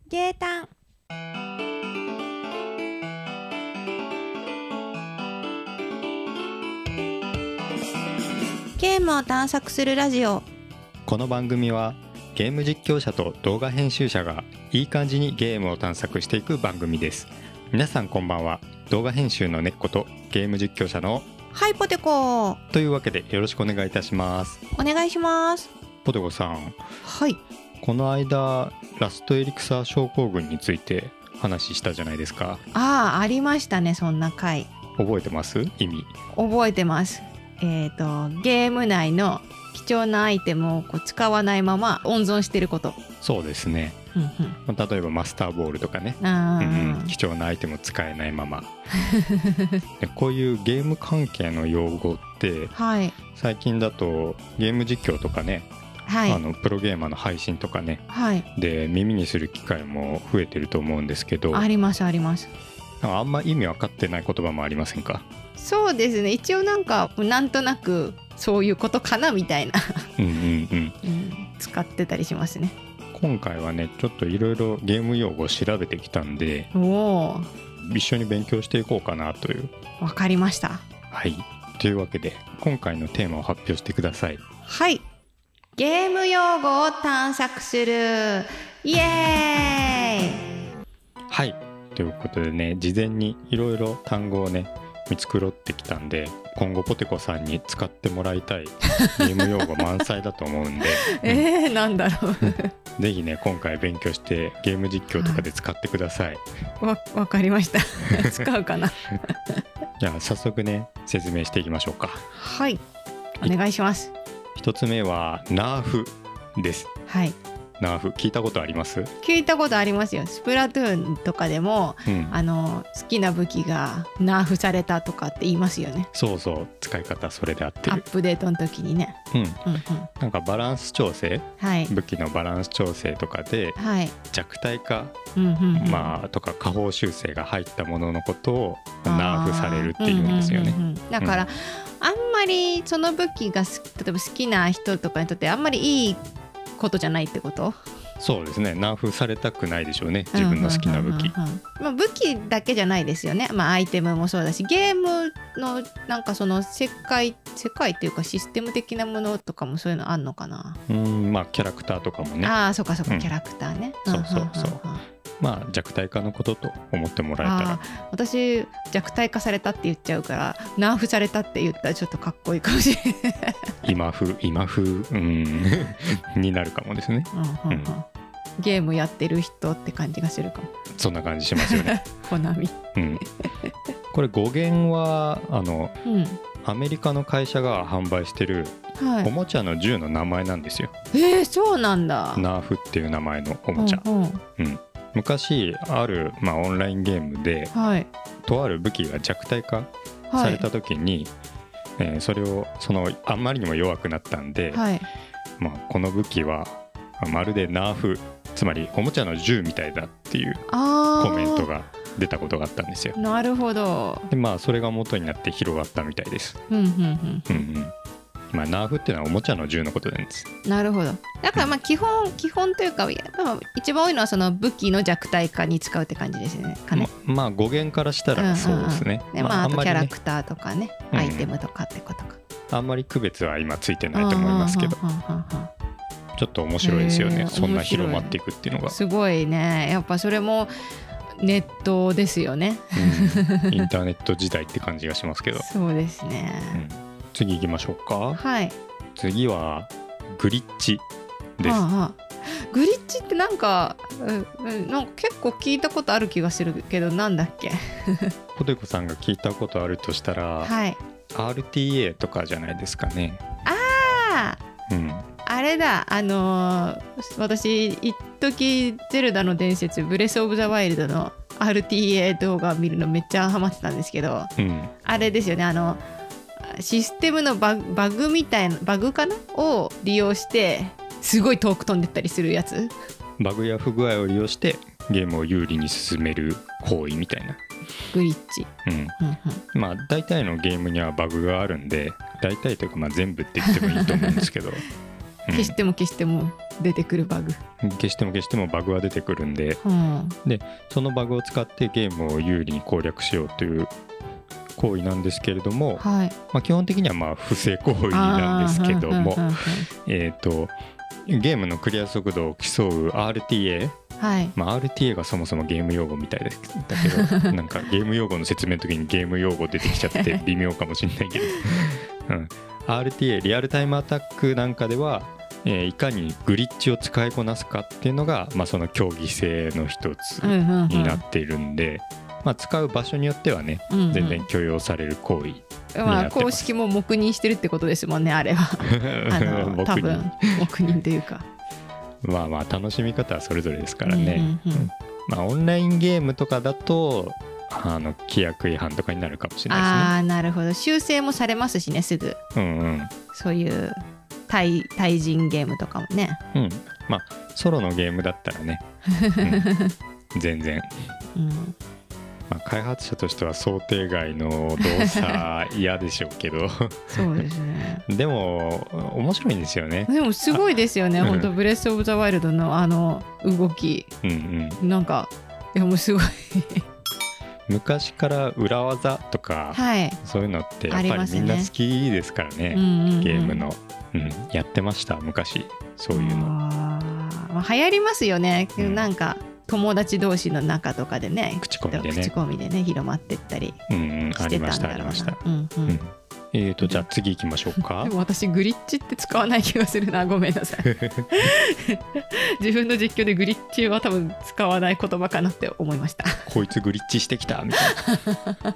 ゲータン。ゲームを探索するラジオ。 この番組はゲーム実況者と動画編集者がいい感じにゲームを探索していく番組です。皆さんこんばんは。動画編集の根っことゲーム実況者のはい、ポテコ。 というわけでよろしくお願いいたします。 お願いします。 ポテコさん、 はい。 この間ラストエリクサー症候群について話したじゃないですか。 ありましたね、そんな回。 覚えてます？意味覚えてます。ゲーム内の貴重なアイテムを使わないまま温存してること。 そうですね、例えばマスターボールとかね、貴重なアイテムを使えないままでこういうゲーム関係の用語って、はい、最近だとゲーム実況とかね、はい、プロゲーマーの配信とかね、はい、で耳にする機会も増えてると思うんですけど、 ありますあります。 あんま意味分かってない言葉もありませんか？ そうですね、一応なんとなくそういうことかなみたいな使ってたりしますね。 今回はねちょっといろいろゲーム用語を調べてきたんで、一緒に勉強していこうかなという。 わかりました。 はい、というわけで今回のテーマを発表してください。 はい、ゲーム用語を探索するイエーイ。 はい、ということでね、事前にいろいろ単語をね見繕ってきたんで、今後ポテコさんに使ってもらいたいゲーム用語満載だと思うんでなんだろうぜひね今回勉強してゲーム実況とかで使ってください。 わかりました使うかなじゃあ早速ね説明していきましょうか。 はい、お願いします。 一つ目はナーフです。はい、ナーフ聞いたことあります？ 聞いたことありますよ。スプラトゥーンとかでも、好きな武器がナーフされたとかって言いますよね。 そうそう、使い方それで合ってる。 アップデートの時にね、 なんかバランス調整、はい、武器のバランス調整とかで、はい、弱体化、とか下方修正が入ったもののことをナーフされるっていうんですよね。 だから、あんまりその武器が例えば好きな人とかにとってあんまりいいことじゃないってこと？ そうですね、ナーフされたくないでしょうね、自分の好きな武器。 武器だけじゃないですよね、アイテムもそうだし、ゲームのなんかその世界っていうかシステム的なものとかもそういうのあんのかな。 キャラクターとかもね。 そうかキャラクターね。 そう弱体化のことと思ってもらえたら。 私弱体化されたって言っちゃうから、ナーフされたって言ったらちょっとかっこいいかもしれない今風になるかもですね。 ゲームやってる人って感じがするかも。 そんな感じしますよねコナミ、 これ語源はアメリカの会社が販売してるおもちゃの銃の名前なんですよ。 そうなんだ。 ナーフっていう名前のおもちゃ。昔ある、オンラインゲームで、とある武器が弱体化された時に、それをあんまりにも弱くなったんで、この武器はまるでナーフ、つまりおもちゃの銃みたいだっていうコメントが出たことがあったんですよ。 なるほど。 でそれが元になって広がったみたいです。ナーフっていうのはおもちゃの銃のことなんです。 なるほど。だから基本というか一番多いのはその武器の弱体化に使うって感じですよね。 語源からしたらそうですね。 あとキャラクターとかね、アイテムとかってことか。 あんまり区別は今ついてないと思いますけど、ちょっと面白いですよね。そんな広まっていくっていうのがすごいね。やっぱそれもネットですよね、 インターネット時代って感じがしますけど。 そうですね、 次行きましょうか。はい、次はグリッチです。 グリッチってなんか結構聞いたことある気がするけど、なんだっけポテコさんが聞いたことあるとしたら、RTA とかじゃないですかね。 あれだ、私一時ゼルダの伝説ブレスオブザワイルドの RTA 動画を見るのめっちゃハマってたんですけど、あれですよね、システムのバグみたいなバグかなを利用してすごい遠く飛んでったりするやつ。 バグや不具合を利用してゲームを有利に進める行為みたいなグリッチ。 大体のゲームにはバグがあるんで、大体というか全部って言ってもいいと思うんですけど消しても出てくるバグ。 消してもバグは出てくるんで、でそのバグを使ってゲームを有利に攻略しようという行為なんですけれども、基本的には不正行為なんですけども、ゲームのクリア速度を競う RTA、RTA がそもそもゲーム用語みたいだけどなんかゲーム用語の説明の時にゲーム用語出てきちゃって微妙かもしれないけど、RTA リアルタイムアタックなんかではいかにグリッチを使いこなすかっていうのが、その競技性の一つになっているんで、使う場所によってはね、全然許容される行為になってます。 公式も黙認してるってことですもんね、あれは多分黙認というか楽しみ方はそれぞれですからね。オンラインゲームとかだと規約違反とかになるかもしれないですね。 なるほど。修正もされますしね、すぐ。そういう対人ゲームとかもね。 ソロのゲームだったらね、全然、開発者としては想定外の動作嫌でしょうけどそうですね。 でも面白いんですよね。 でもすごいですよね、本当ブレスオブザワイルドの動き、なんかもうすごい昔から裏技とか、そういうのってやっぱりみんな好きですからね、ゲームの、やってました昔、そういうの。 流行りますよね、なんか友達同士の中とかでね、 口コミでね広まってったりしてたんだろうな。ありました。 じゃあ次行きましょうか。 でも私グリッチって使わない気がするな、ごめんなさい自分の実況でグリッチは多分使わない言葉かなって思いましたこいつグリッチしてきたみたいな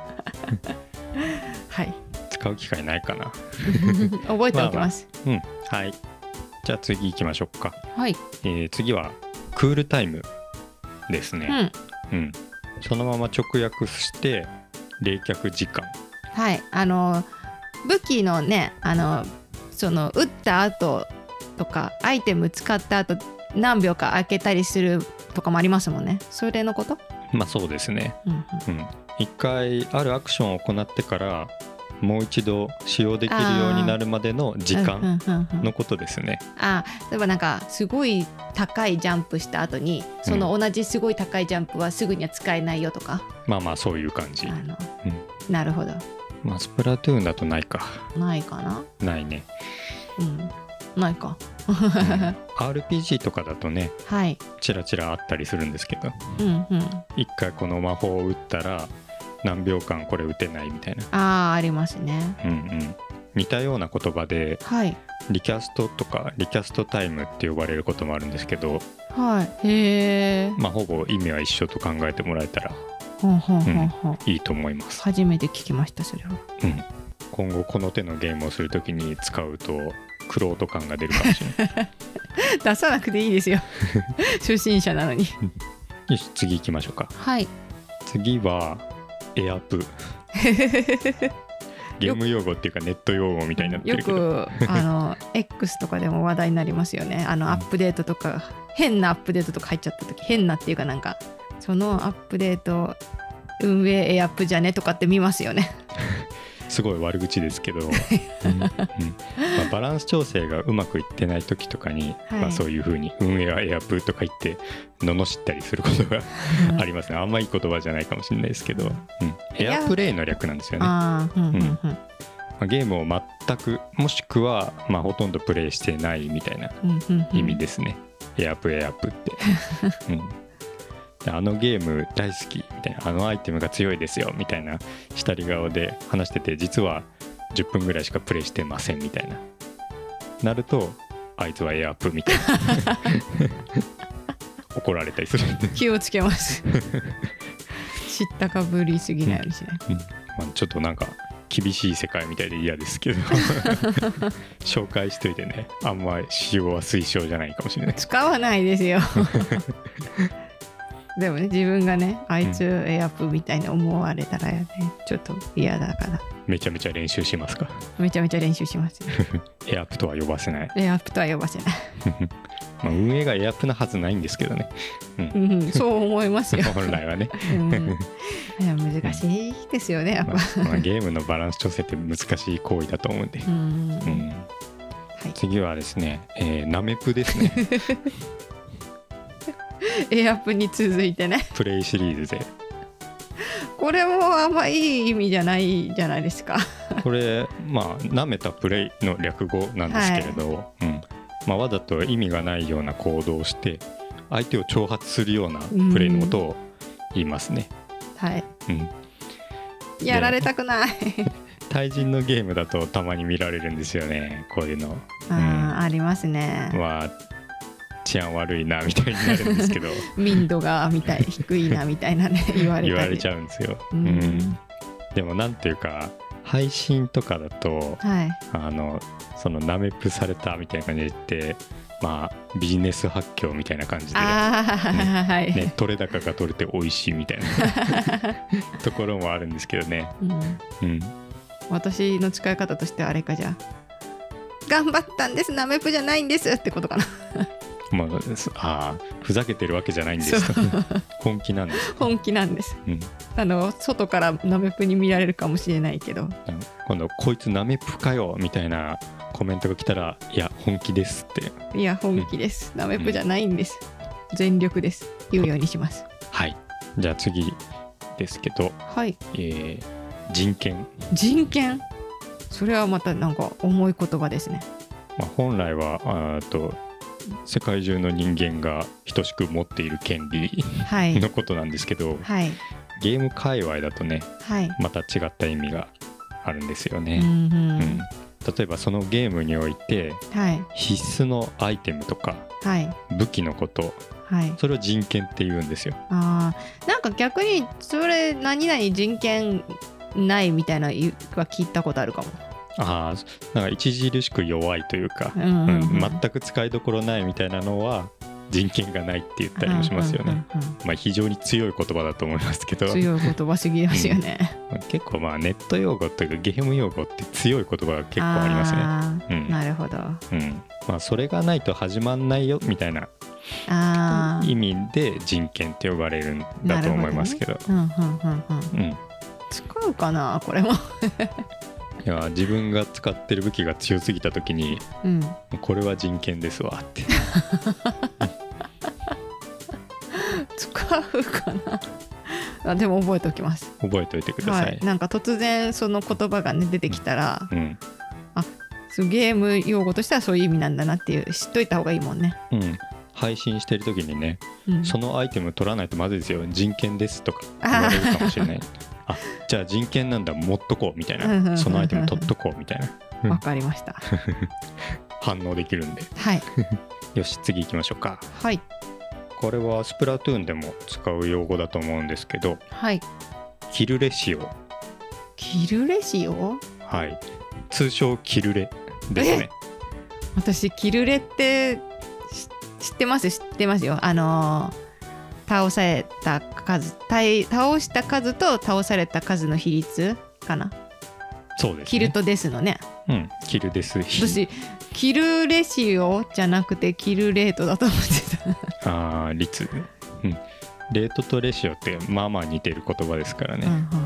使う機会ないかな覚えておきます。 はい、じゃあ次行きましょうか。次はクールタイムですね。そのまま直訳して冷却時間。 武器のね、その撃った後とかアイテム使った後何秒か空けたりするとかもありますもんね。それのこと？ そうですね。一回あるアクションを行ってからもう一度使用できるようになるまでの時間のことですね。 例えばなんかすごい高いジャンプした後にその同じすごい高いジャンプはすぐには使えないよとか、 そういう感じ。 なるほど。 スプラトゥーンだとないか。 ないかな。 ないね。 ないか RPG とかだとね、チラチラあったりするんですけど、一回この魔法を打ったら何秒間これ打てないみたいな。ありますね。 似たような言葉で、リキャストとかリキャストタイムって呼ばれることもあるんですけど、ほぼ意味は一緒と考えてもらえたらいいと思います。 初めて聞きました、それは。 今後この手のゲームをするときに使うと玄人感が出るかもしれない出さなくていいですよ初心者なのによし、次行きましょうか。次はエアプゲーム用語っていうかネット用語みたいになってるけど、 よくX とかでも話題になりますよね。アップデートとか変なアップデートとか入っちゃった時、変なっていうかなんかそのアップデート運営エアプじゃねとかって見ますよねすごい悪口ですけどバランス調整がうまくいってない時とかに、そういう風に運営はエアプとか言って罵ったりすることがありますね。あんまいい言葉じゃないかもしれないですけど、エアプレイの略なんですよね。ゲームを全くもしくは、ほとんどプレイしてないみたいな意味ですね。エアプってあのゲーム大好きみたいな、あのアイテムが強いですよみたいな下り顔で話してて、実は10分ぐらいしかプレイしてませんみたいななると、あいつはエアップみたいな怒られたりするんで気をつけます知ったかぶりすぎないようにしない、 ちょっとなんか厳しい世界みたいで嫌ですけど紹介しといてね、あんまり使用は推奨じゃないかもしれない。 使わないですよでもね、自分がね、あいつエアプみたいに思われたらね、ちょっと嫌だから。 めちゃめちゃ練習しますか？ めちゃめちゃ練習します、ね、 エアプとは呼ばせない。 エアプとは呼ばせない運営がエアプなはずないんですけどね、 そう思いますよ本来はねいや難しいですよね、やっぱ、 ゲームのバランス調整って難しい行為だと思うんで、 はい、 次はですね、ナメプですね。 エアプに続いてね、 プレイシリーズでこれもあんまいい意味じゃないじゃないですか。 これまあなめたプレイの略語なんですけれど、わざと意味がないような行動をして相手を挑発するようなプレイのことを言いますね。 はい、やられたくない。 対人のゲームだとたまに見られるんですよね、こういうの。 ありますね。 治安悪いなみたいになるんですけど民度が低いなみたいなね言われちゃうんですよ。でもなんていうか配信とかだと、そのナメプされたみたいな感じで言ってビジネス発狂みたいな感じで、取れ高が取れて美味しいみたいなところもあるんですけどね。 私の使い方としてはあれか、じゃあ頑張ったんです、ナメプじゃないんですってことかな。 ふざけてるわけじゃないんです。本気なんです。 本気なんです。外からナメプに見られるかもしれないけど、 今度こいつナメプかよみたいなコメントが来たら、いや本気ですって。 いや本気です、ナメプじゃないんです、全力です言うようにします。 はい、じゃあ次ですけど、 はい、 人権。 それはまたなんか重い言葉ですね。 本来は世界中の人間が等しく持っている権利のことなんですけど、ゲーム界隈だとね、また違った意味があるんですよね。例えばそのゲームにおいて、必須のアイテムとか、武器のこと、それを人権って言うんですよ。 なんか逆にそれ何々人権ないみたいなは聞いたことあるかも。 なんか著しく弱いというか、全く使いどころないみたいなのは人権がないって言ったりもしますよね。非常に強い言葉だと思いますけど、 強い言葉すぎますよね。 結構ネット用語というかゲーム用語って強い言葉が結構ありますね。 なるほど。 それがないと始まんないよみたいな意味で人権って呼ばれるんだと思いますけど、 使うかなこれも。 いや自分が使ってる武器が強すぎた時に、これは人権ですわって使うかな。でも覚えておきます。 覚えておいてください。 なんか突然その言葉がね出てきたら、ゲーム用語としてはそういう意味なんだなっていう知っといた方がいいもんね。 配信してる時にね、そのアイテム取らないとまずいですよ、人権ですとか言われるかもしれない。じゃあ人権なんだ、持っとこうみたいな、そのアイテム取っとこうみたいな。 わかりました。 反応できるんで。よし、次行きましょうか。これはスプラトゥーンでも使う用語だと思うんですけど、キルレシオ。 キルレシオ？ 通称キルレですね。 私キルレって知ってますよ。倒した数と倒された数の比率かな。 そうですね。 キルとデスのね。 キルデス。 私キルレシオじゃなくてキルレートだと思ってた。 率。レートとレシオってまあまあ似てる言葉ですからね。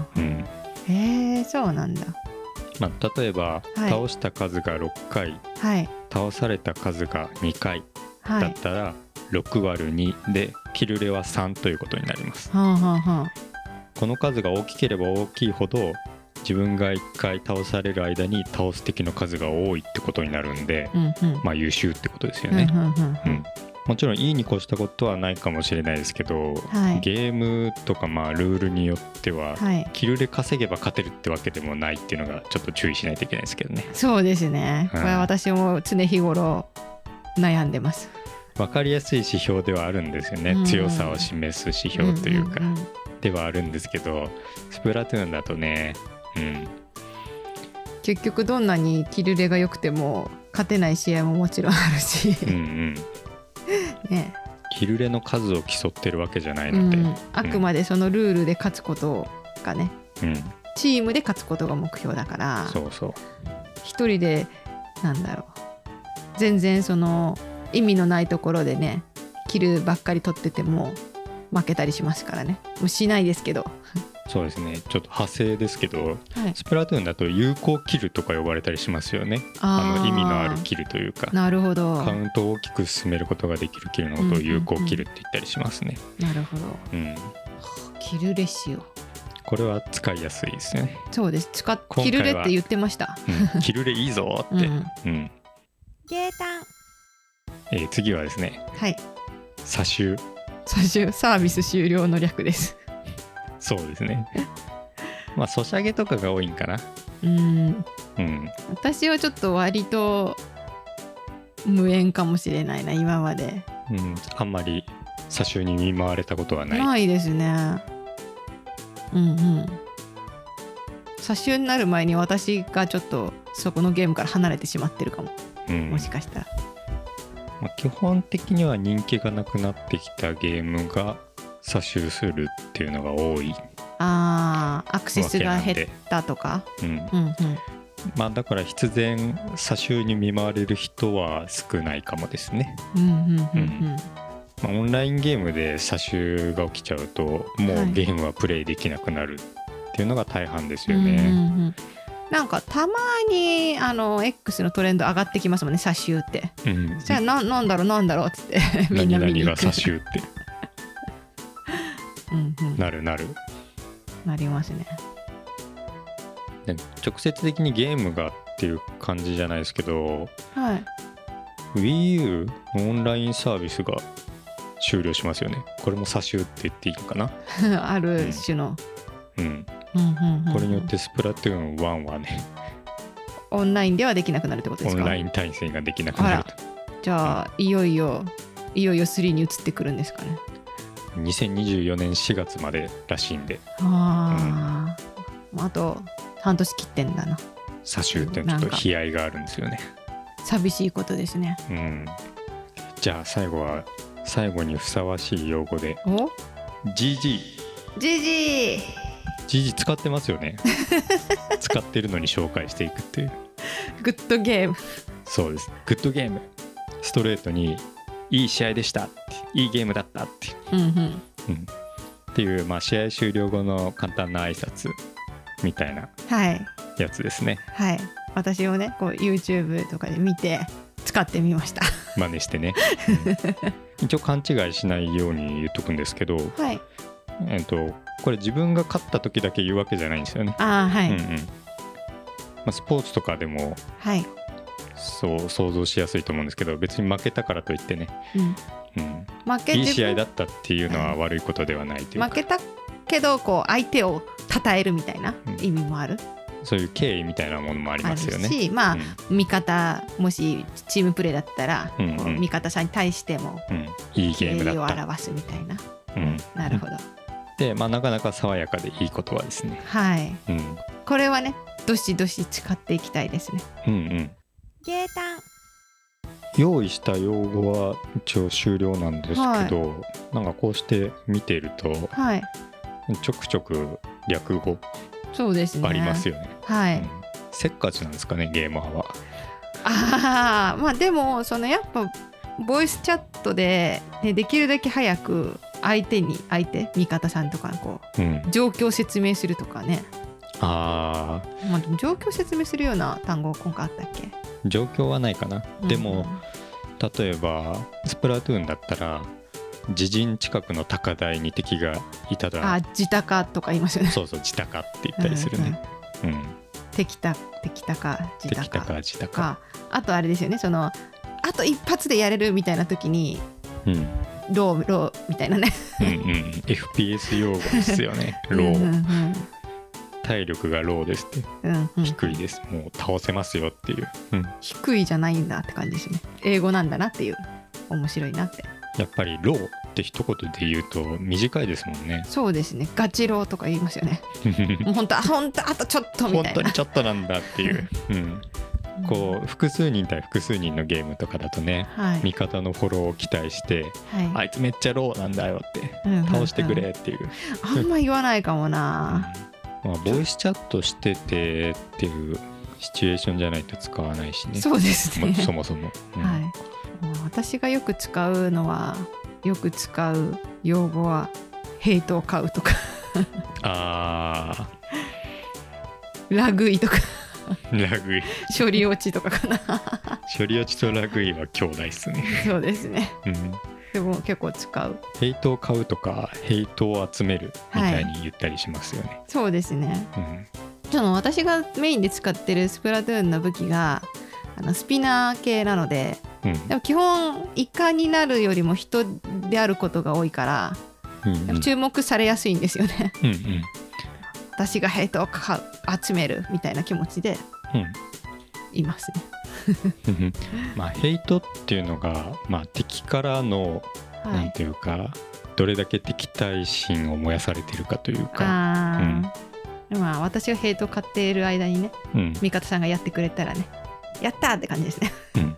そうなんだ。 例えば、倒した数が6回、倒された数が2回だったら、6割る2でキルレは3ということになります。この数が大きければ大きいほど自分が1回倒される間に倒す敵の数が多いってことになるんで、優秀ってことですよね。もちろんいいに越したことはないかもしれないですけど、ゲームとかルールによっては、キルレ稼げば勝てるってわけでもないっていうのがちょっと注意しないといけないですけどね。 そうですね。これは私も常日頃悩んでます。 分かりやすい指標ではあるんですよね。強さを示す指標というか、ではあるんですけど、スプラトゥーンだとね、 結局どんなにキルレが良くても勝てない試合ももちろんあるし、 キルレの数を競ってるわけじゃないので、 あくまでそのルールで勝つことがね、チームで勝つことが目標だから、一人で全然その意味のないところでねキルばっかり取ってても負けたりしますからね。もうしないですけどそうですね、ちょっと派生ですけど、はい、スプラトゥーンだと有効キルとか呼ばれたりしますよね。意味のあるキルというか、 なるほど、 カウントを大きく進めることができるキルのことを有効キルって言ったりしますね。 なるほど、うん、キルレシオ、 これは使いやすいですね。 そうです、キルレって言ってました、 うん、キルレいいぞって、うんうん、 ゲータン、 次はですね、 はい、 サシュサービス終了の略です。 そうですね。まあソシャゲとかが多いんかな。 うん、私はちょっと割と無縁かもしれないな、今まで。 あんまりサシュに見舞われたことはない。 ないですね。サシュになる前に私がちょっとそこのゲームから離れてしまってるかも、もしかしたら。 まあ、基本的には人気がなくなってきたゲームがサシュするっていうのが多い。 アクセスが減ったとか。 まあだから必然サシュに見舞われる人は少ないかもですね。オンラインゲームでサシュが起きちゃうともうゲームはプレイできなくなるっていうのが大半ですよね。 なんかたまにX のトレンド上がってきますもんね、サシュって。じゃあなんだろうって言ってみんな見に行く。何々がサシュってなりますね。 直接的にゲームがっていう感じじゃないですけど、 はい、 Wii U のオンラインサービスが終了しますよね。これもサシュって言っていいのかなある種の、 これによってスプラトゥーン1はね、 オンラインではできなくなるってことですか。 オンライン対戦ができなくなると。 じゃあ、いよいよ3に移ってくるんですかね。 2024年4月までらしいんで。 あと半年切ってんだな。 サシュってちょっと悲哀があるんですよね。 寂しいことですね。 じゃあ最後にふさわしい用語で GG 使ってますよね。使ってるのに紹介していくっていう。 グッドゲーム。 そうです、グッドゲーム。ストレートにいい試合でしたって、いいゲームだったって、っていう、まあ、試合終了後の簡単な挨拶みたいなやつですね。 はい、私もねこう YouTube とかで見て使ってみました。 真似してね。一応勘違いしないように言っとくんですけど、 はい、 これ自分が勝った時だけ言うわけじゃないんですよね。スポーツとかでも、そう想像しやすいと思うんですけど、別に負けたからといってね、いい試合だったっていうのは悪いことではないというか、 負けたけどこう相手を称えるみたいな意味もある、 そういう敬意みたいなものもありますよね。 あるし、味方もしチームプレーだったら、味方さんに対してもいいゲームだった、 敬意を表すみたいな。なるほど。 で、なかなか爽やかでいい言葉ですね。 はい、これはねどしどし使っていきたいですね。ゲータン。 用意した用語は一応終了なんですけど、なんかこうして見ていると、ちょくちょく略語ありますよね。せっかちなんですかね、ゲーマーは。 でもやっぱボイスチャットで、できるだけ早く味方さんとかこう、状況を説明するとかね。状況を説明するような単語今回あったっけ。 状況はないかな。でも例えばスプラトゥーンだったら自陣近くの高台に敵がいたら自高とか言いますよね。 そう自高って言ったりするね。 敵高自高。あとあれですよね、あと一発でやれるみたいな時に、ローみたいなね。 FPS 用語ですよね。ロー。体力がローですって、低いです、もう倒せますよっていう、 低いじゃないんだって感じですね。英語なんだなっていう、面白いなって。 やっぱりローって一言で言うと短いですもんね。 そうですね、ガチローとか言いますよね。もう本当あとちょっとみたいな、 本当にちょっとなんだっていう、こう複数人対複数人のゲームとかだとね、味方のフォローを期待して、あいつめっちゃローなんだよって、倒してくれっていう、 あんま言わないかもな。 ボイスチャットしててっていうシチュエーションじゃないと使わないしね。 そうですね、 そもそも、 私がよく使う用語はヘイトを買うとか。 あラグイとかラグイ処理落ちとかかな処理落ちとラグイは兄弟っすね。 そうですね、でも結構使う。 ヘイトを買うとかヘイトを集めるみたいに言ったりしますよね。 そうですね、その私がメインで使ってるスプラトゥーンの武器がスピナー系なので、でも基本イカになるよりも人であることが多いから、注目されやすいんですよね。私がヘイトを集めるみたいな気持ちでいますね。 まあヘイトっていうのが、まあ、敵からの、なんていうかどれだけ敵対心を燃やされてるかというか。 まあ私がヘイトを買っている間にね、味方さんがやってくれたらね、やったーって感じですね。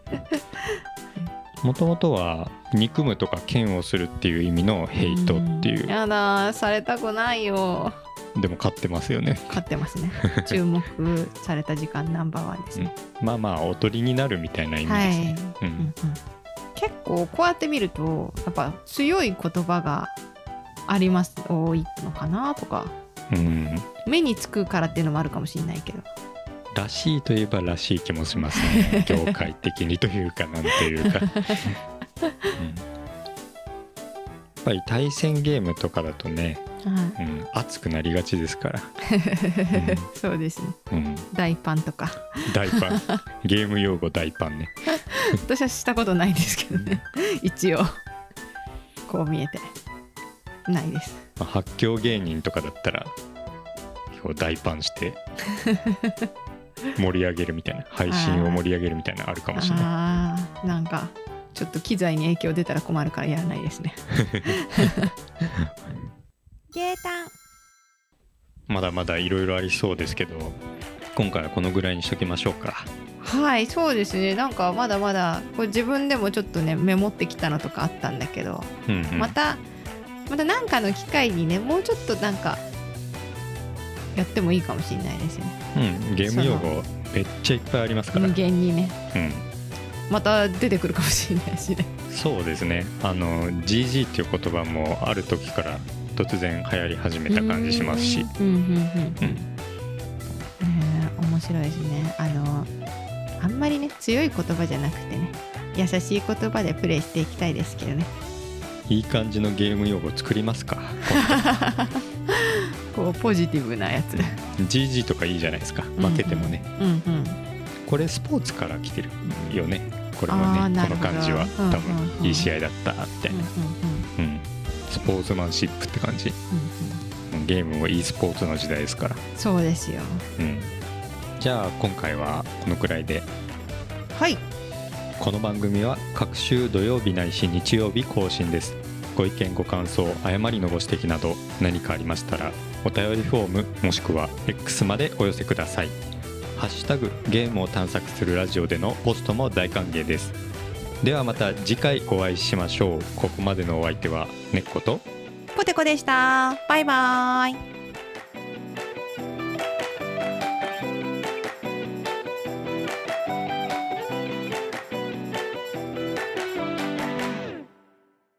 もともとは憎むとか嫌悪するっていう意味のヘイトっていう。 やだ、されたくないよ。 でも買ってますよね。 買ってますね。注目された時間ナンバーワンですね。 まあまあおとりになるみたいな意味ですね。 結構こうやって見るとやっぱ強い言葉があります多いのかなとか、目につくからっていうのもあるかもしれないけど。 らしいといえばらしい気もしますね。業界的にというかなんというか。やっぱり対戦ゲームとかだとね、熱くなりがちですから。 そうですね、大パンとか。 大パン、ゲーム用語大パンね。 私はしたことないんですけどね。一応こう見えてないです。 発狂芸人とかだったら今日大パンして盛り上げるみたいな、配信を盛り上げるみたいなあるかもしれない。 なんかちょっと機材に影響出たら困るからやらないですね。ゲータン、 まだまだいろいろありそうですけど、今回はこのぐらいにしときましょうか。 はい、そうですね。なんかまだまだこれ自分でもちょっとねメモってきたのとかあったんだけど、また何かの機会にね、もうちょっとなんかやってもいいかもしれないですよね。 ゲーム用語めっちゃいっぱいありますから、 無限にね、また出てくるかもしれないしね。 そうですね、GG っていう言葉もある時から突然流行り始めた感じしますし、 面白いですね。あんまりね強い言葉じゃなくてね、優しい言葉でプレイしていきたいですけどね。 いい感じのゲーム用語作りますか。 こうポジティブなやつ。 GG とかいいじゃないですか、負けてもね。これスポーツから来てるよね、これはね。この感じは多分いい試合だったみたいな、スポーツマンシップって感じ。ゲームも e スポーツの時代ですから。 そうですよ。 じゃあ今回はこのくらいで。 はい。 この番組は各週土曜日ないし日曜日更新です。ご意見ご感想、誤りのご指摘など何かありましたらお便りフォームもしくは X までお寄せください。ハッシュタグゲームを探索するラジオでのポストも大歓迎です。ではまた次回お会いしましょう。ここまでのお相手はねっことポテコでした。バイバーイ。